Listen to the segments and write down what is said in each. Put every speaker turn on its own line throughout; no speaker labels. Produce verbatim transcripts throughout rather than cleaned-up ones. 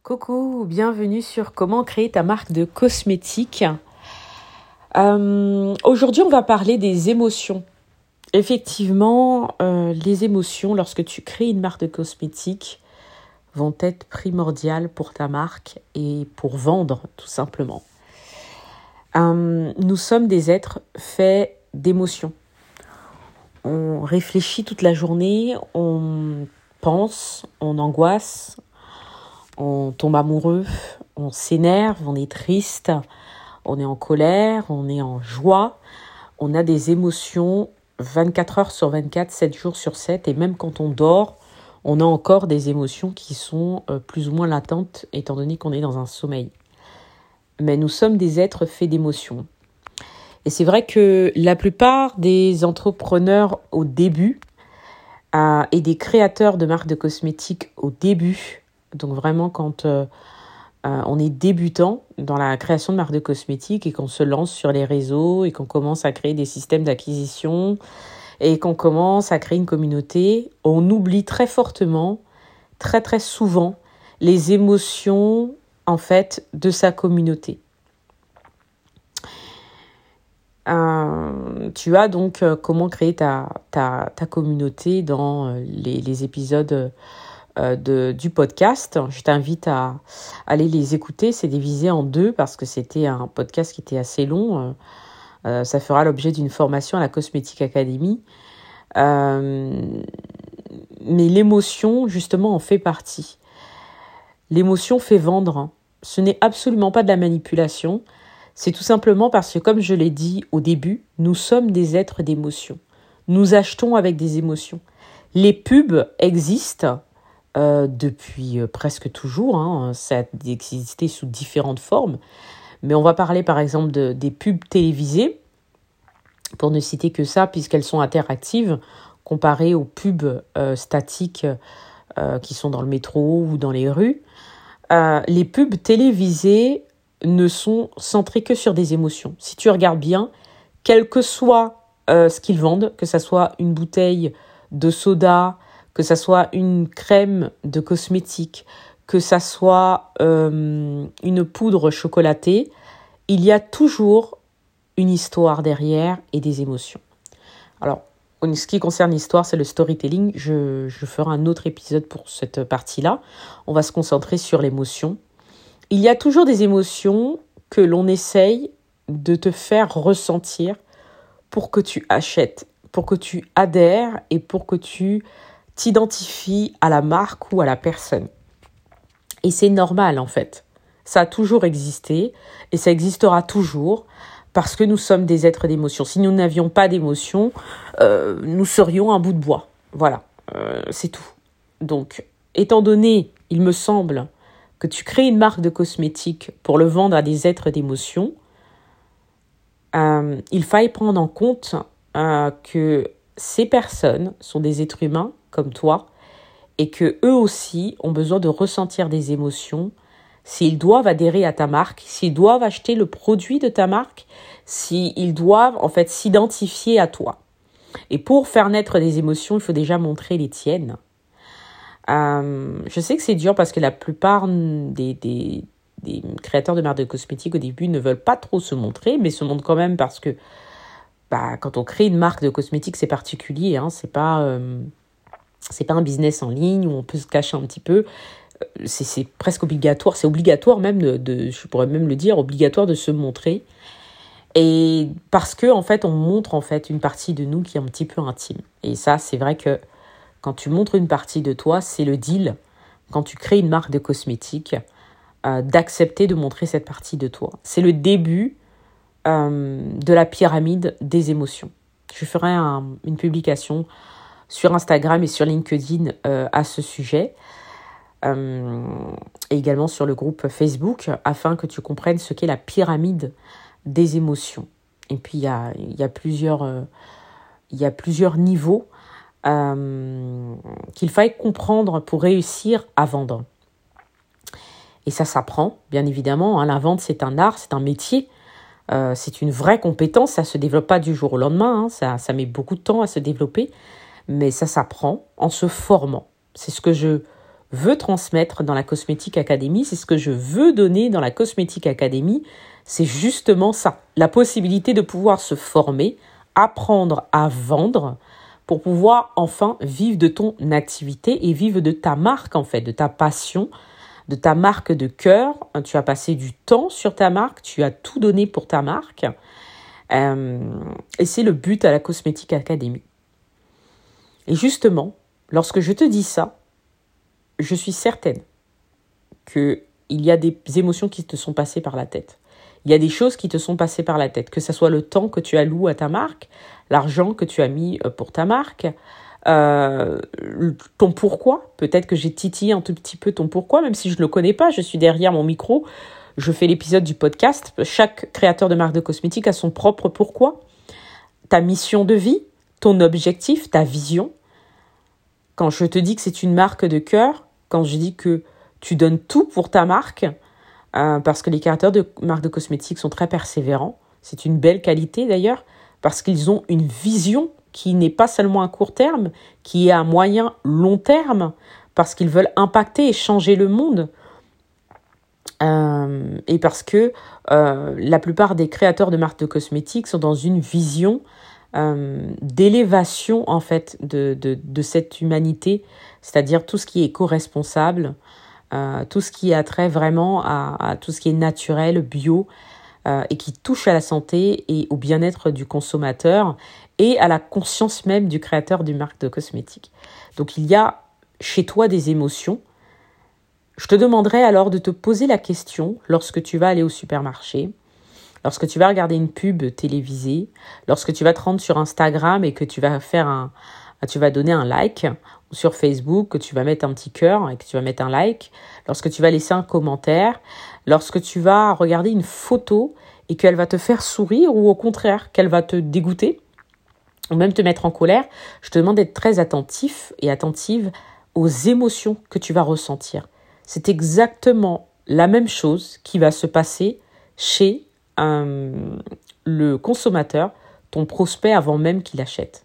Coucou, bienvenue sur comment créer ta marque de cosmétiques. Euh, aujourd'hui, on va parler des émotions. Effectivement, euh, les émotions, lorsque tu crées une marque de cosmétiques, vont être primordiales pour ta marque et pour vendre, tout simplement. Euh, nous sommes des êtres faits d'émotions. On réfléchit toute la journée, on pense, on angoisse, on tombe amoureux, on s'énerve, on est triste, on est en colère, on est en joie. On a des émotions vingt-quatre heures sur vingt-quatre, sept jours sur sept. Et même quand on dort, on a encore des émotions qui sont euh, plus ou moins latentes, étant donné qu'on est dans un sommeil. Mais nous sommes des êtres faits d'émotions. Et c'est vrai que la plupart des entrepreneurs au début euh, et des créateurs de marques de cosmétiques au début, donc vraiment quand euh, euh, on est débutant dans la création de marques de cosmétiques et qu'on se lance sur les réseaux et qu'on commence à créer des systèmes d'acquisition et qu'on commence à créer une communauté, on oublie très fortement, très très souvent, les émotions en fait de sa communauté. Euh, tu as donc euh, comment créer ta, ta, ta communauté dans euh, les, les épisodes euh, de, du podcast. Je t'invite à aller les écouter. C'est divisé en deux parce que c'était un podcast qui était assez long. Euh, ça fera l'objet d'une formation à la Cosmétique Academy. Euh, mais l'émotion, justement, en fait partie. L'émotion fait vendre. Ce n'est absolument pas de la manipulation. C'est tout simplement parce que, comme je l'ai dit au début, nous sommes des êtres d'émotion. Nous achetons avec des émotions. Les pubs existent euh, depuis euh, presque toujours. Hein. Ça a existé sous différentes formes. Mais on va parler par exemple de, des pubs télévisées, pour ne citer que ça, puisqu'elles sont interactives, comparées aux pubs euh, statiques euh, qui sont dans le métro ou dans les rues. Euh, les pubs télévisées ne sont centrés que sur des émotions. Si tu regardes bien, quel que soit euh, ce qu'ils vendent, que ça soit une bouteille de soda, que ça soit une crème de cosmétique, que ça soit euh, une poudre chocolatée, il y a toujours une histoire derrière et des émotions. Alors, en ce qui concerne l'histoire, c'est le storytelling. Je, je ferai un autre épisode pour cette partie-là. On va se concentrer sur l'émotion. Il y a toujours des émotions que l'on essaye de te faire ressentir pour que tu achètes, pour que tu adhères et pour que tu t'identifies à la marque ou à la personne. Et c'est normal en fait. Ça a toujours existé et ça existera toujours parce que nous sommes des êtres d'émotions. Si nous n'avions pas d'émotions, euh, nous serions un bout de bois. Voilà, euh, c'est tout. Donc, étant donné, il me semble, que tu crées une marque de cosmétiques pour le vendre à des êtres d'émotion, euh, il faille prendre en compte euh, que ces personnes sont des êtres humains comme toi et que eux aussi ont besoin de ressentir des émotions s'ils doivent adhérer à ta marque, s'ils doivent acheter le produit de ta marque, s'ils doivent en fait s'identifier à toi. Et pour faire naître des émotions, il faut déjà montrer les tiennes. Euh, je sais que c'est dur parce que la plupart des, des, des créateurs de marques de cosmétiques au début ne veulent pas trop se montrer, mais se montrent quand même parce que bah, quand on crée une marque de cosmétiques, c'est particulier. Hein, c'est pas, euh, c'est pas un business en ligne où on peut se cacher un petit peu. C'est, c'est presque obligatoire. C'est obligatoire même, de, de, je pourrais même le dire, obligatoire de se montrer. Et parce que en fait, on montre en fait une partie de nous qui est un petit peu intime. Et ça, c'est vrai que quand tu montres une partie de toi, c'est le deal, quand tu crées une marque de cosmétiques, euh, d'accepter de montrer cette partie de toi. C'est le début euh, de la pyramide des émotions. Je ferai un, une publication sur Instagram et sur LinkedIn euh, à ce sujet, euh, et également sur le groupe Facebook, afin que tu comprennes ce qu'est la pyramide des émotions. Et puis, il y a, il y a plusieurs, euh, il y a plusieurs niveaux Euh, qu'il faille comprendre pour réussir à vendre. Et ça s'apprend, bien évidemment. Hein. La vente, c'est un art, c'est un métier. Euh, c'est une vraie compétence. Ça ne se développe pas du jour au lendemain. Hein. Ça, ça met beaucoup de temps à se développer. Mais ça s'apprend en se formant. C'est ce que je veux transmettre dans la Cosmétique Academy, c'est ce que je veux donner dans la Cosmétique Academy, c'est justement ça, la possibilité de pouvoir se former, apprendre à vendre pour pouvoir enfin vivre de ton activité et vivre de ta marque en fait, de ta passion, de ta marque de cœur. Tu as passé du temps sur ta marque, tu as tout donné pour ta marque. Euh, et c'est le but à la Cosmétique Academy. Et justement, lorsque je te dis ça, je suis certaine qu'il y a des émotions qui te sont passées par la tête. Il y a des choses qui te sont passées par la tête, que ce soit le temps que tu alloues à ta marque, l'argent que tu as mis pour ta marque, euh, ton pourquoi. Peut-être que j'ai titillé un tout petit peu ton pourquoi, même si je ne le connais pas, je suis derrière mon micro, je fais l'épisode du podcast. Chaque créateur de marque de cosmétiques a son propre pourquoi, ta mission de vie, ton objectif, ta vision. Quand je te dis que c'est une marque de cœur, quand je dis que tu donnes tout pour ta marque, euh, parce que les créateurs de marques de cosmétiques sont très persévérants, c'est une belle qualité d'ailleurs, parce qu'ils ont une vision qui n'est pas seulement à court terme, qui est à moyen, long terme, parce qu'ils veulent impacter et changer le monde. Euh, et parce que euh, la plupart des créateurs de marques de cosmétiques sont dans une vision euh, d'élévation en fait de, de, de cette humanité, c'est-à-dire tout ce qui est éco-responsable, euh, tout ce qui a trait vraiment à, à tout ce qui est naturel, bio, euh, et qui touche à la santé et au bien-être du consommateur et à la conscience même du créateur d'une marque de cosmétiques. Donc il y a chez toi des émotions. Je te demanderai alors de te poser la question lorsque tu vas aller au supermarché, lorsque tu vas regarder une pub télévisée, lorsque tu vas te rendre sur Instagram et que tu vas faire un, tu vas donner un like, ou sur Facebook, que tu vas mettre un petit cœur et que tu vas mettre un like, lorsque tu vas laisser un commentaire, lorsque tu vas regarder une photo et qu'elle va te faire sourire ou au contraire qu'elle va te dégoûter ou même te mettre en colère, je te demande d'être très attentif et attentive aux émotions que tu vas ressentir. C'est exactement la même chose qui va se passer chez euh, le consommateur, ton prospect, avant même qu'il achète.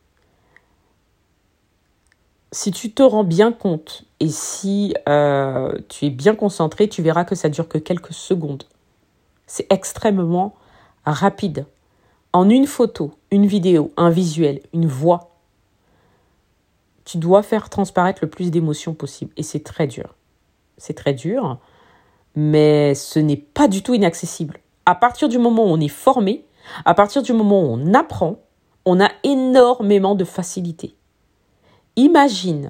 Si tu te rends bien compte et si euh, tu es bien concentré, tu verras que ça dure que quelques secondes. C'est extrêmement rapide. En une photo, une vidéo, un visuel, une voix, tu dois faire transparaître le plus d'émotions possible. Et c'est très dur. C'est très dur, mais ce n'est pas du tout inaccessible. À partir du moment où on est formé, à partir du moment où on apprend, on a énormément de facilité. Imagine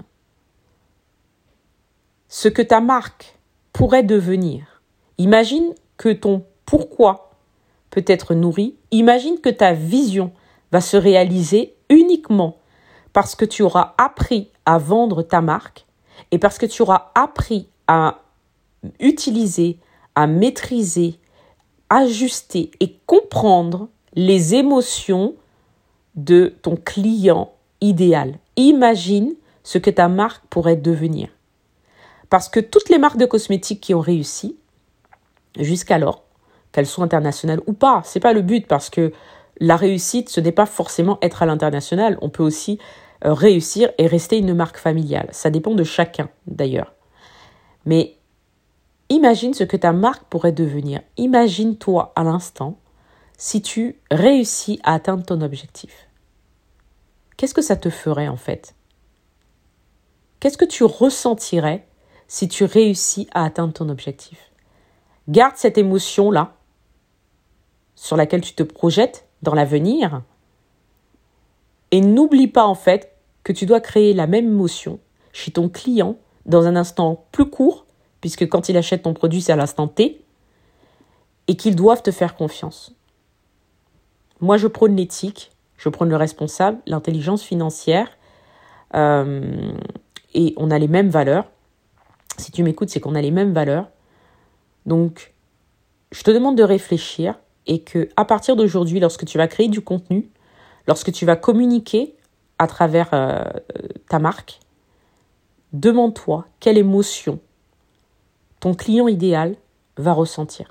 ce que ta marque pourrait devenir. Imagine que ton pourquoi peut être nourri. Imagine que ta vision va se réaliser uniquement parce que tu auras appris à vendre ta marque et parce que tu auras appris à utiliser, à maîtriser, ajuster et comprendre les émotions de ton client idéal. Imagine ce que ta marque pourrait devenir. Parce que toutes les marques de cosmétiques qui ont réussi, jusqu'alors, qu'elles soient internationales ou pas, c'est pas le but, parce que la réussite, ce n'est pas forcément être à l'international. On peut aussi euh, réussir et rester une marque familiale. Ça dépend de chacun, d'ailleurs. Mais imagine ce que ta marque pourrait devenir. Imagine-toi à l'instant si tu réussis à atteindre ton objectif. Qu'est-ce que ça te ferait en fait ? Qu'est-ce que tu ressentirais si tu réussis à atteindre ton objectif ? Garde cette émotion-là sur laquelle tu te projettes dans l'avenir et n'oublie pas en fait que tu dois créer la même émotion chez ton client dans un instant plus court, puisque quand il achète ton produit, c'est à l'instant T, et qu'ils doivent te faire confiance. Moi, je prône l'éthique, je prône le responsable, l'intelligence financière, euh, et on a les mêmes valeurs. Si tu m'écoutes, c'est qu'on a les mêmes valeurs. Donc, je te demande de réfléchir et que à partir d'aujourd'hui, lorsque tu vas créer du contenu, lorsque tu vas communiquer à travers euh, ta marque, demande-toi quelle émotion ton client idéal va ressentir.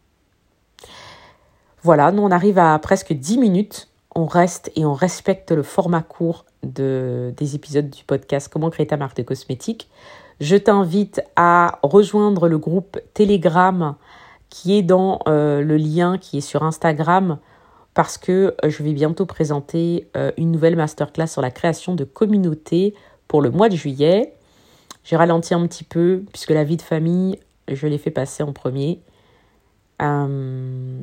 Voilà, nous on arrive à presque dix minutes. On reste et on respecte le format court de, des épisodes du podcast « Comment créer ta marque de cosmétiques ». Je t'invite à rejoindre le groupe Telegram qui est dans euh, le lien qui est sur Instagram parce que je vais bientôt présenter euh, une nouvelle masterclass sur la création de communauté pour le mois de juillet. J'ai ralenti un petit peu puisque la vie de famille, je l'ai fait passer en premier. Euh,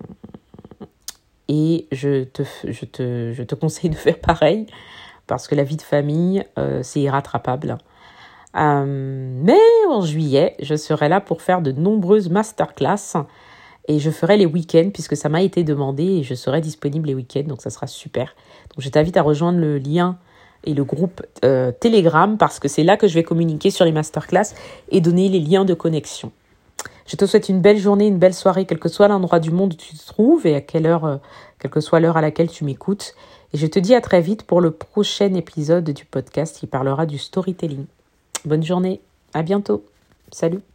et je te, je, te, je te conseille de faire pareil parce que la vie de famille, euh, c'est irrattrapable. Euh, mais en juillet, je serai là pour faire de nombreuses masterclass et je ferai les week-ends puisque ça m'a été demandé et je serai disponible les week-ends, donc ça sera super. Donc je t'invite à rejoindre le lien et le groupe euh, Telegram parce que c'est là que je vais communiquer sur les masterclass et donner les liens de connexion. Je te souhaite une belle journée, une belle soirée, quel que soit l'endroit du monde où tu te trouves et à quelle heure, euh, quelle que soit l'heure à laquelle tu m'écoutes. Et je te dis à très vite pour le prochain épisode du podcast qui parlera du storytelling. Bonne journée, à bientôt, salut.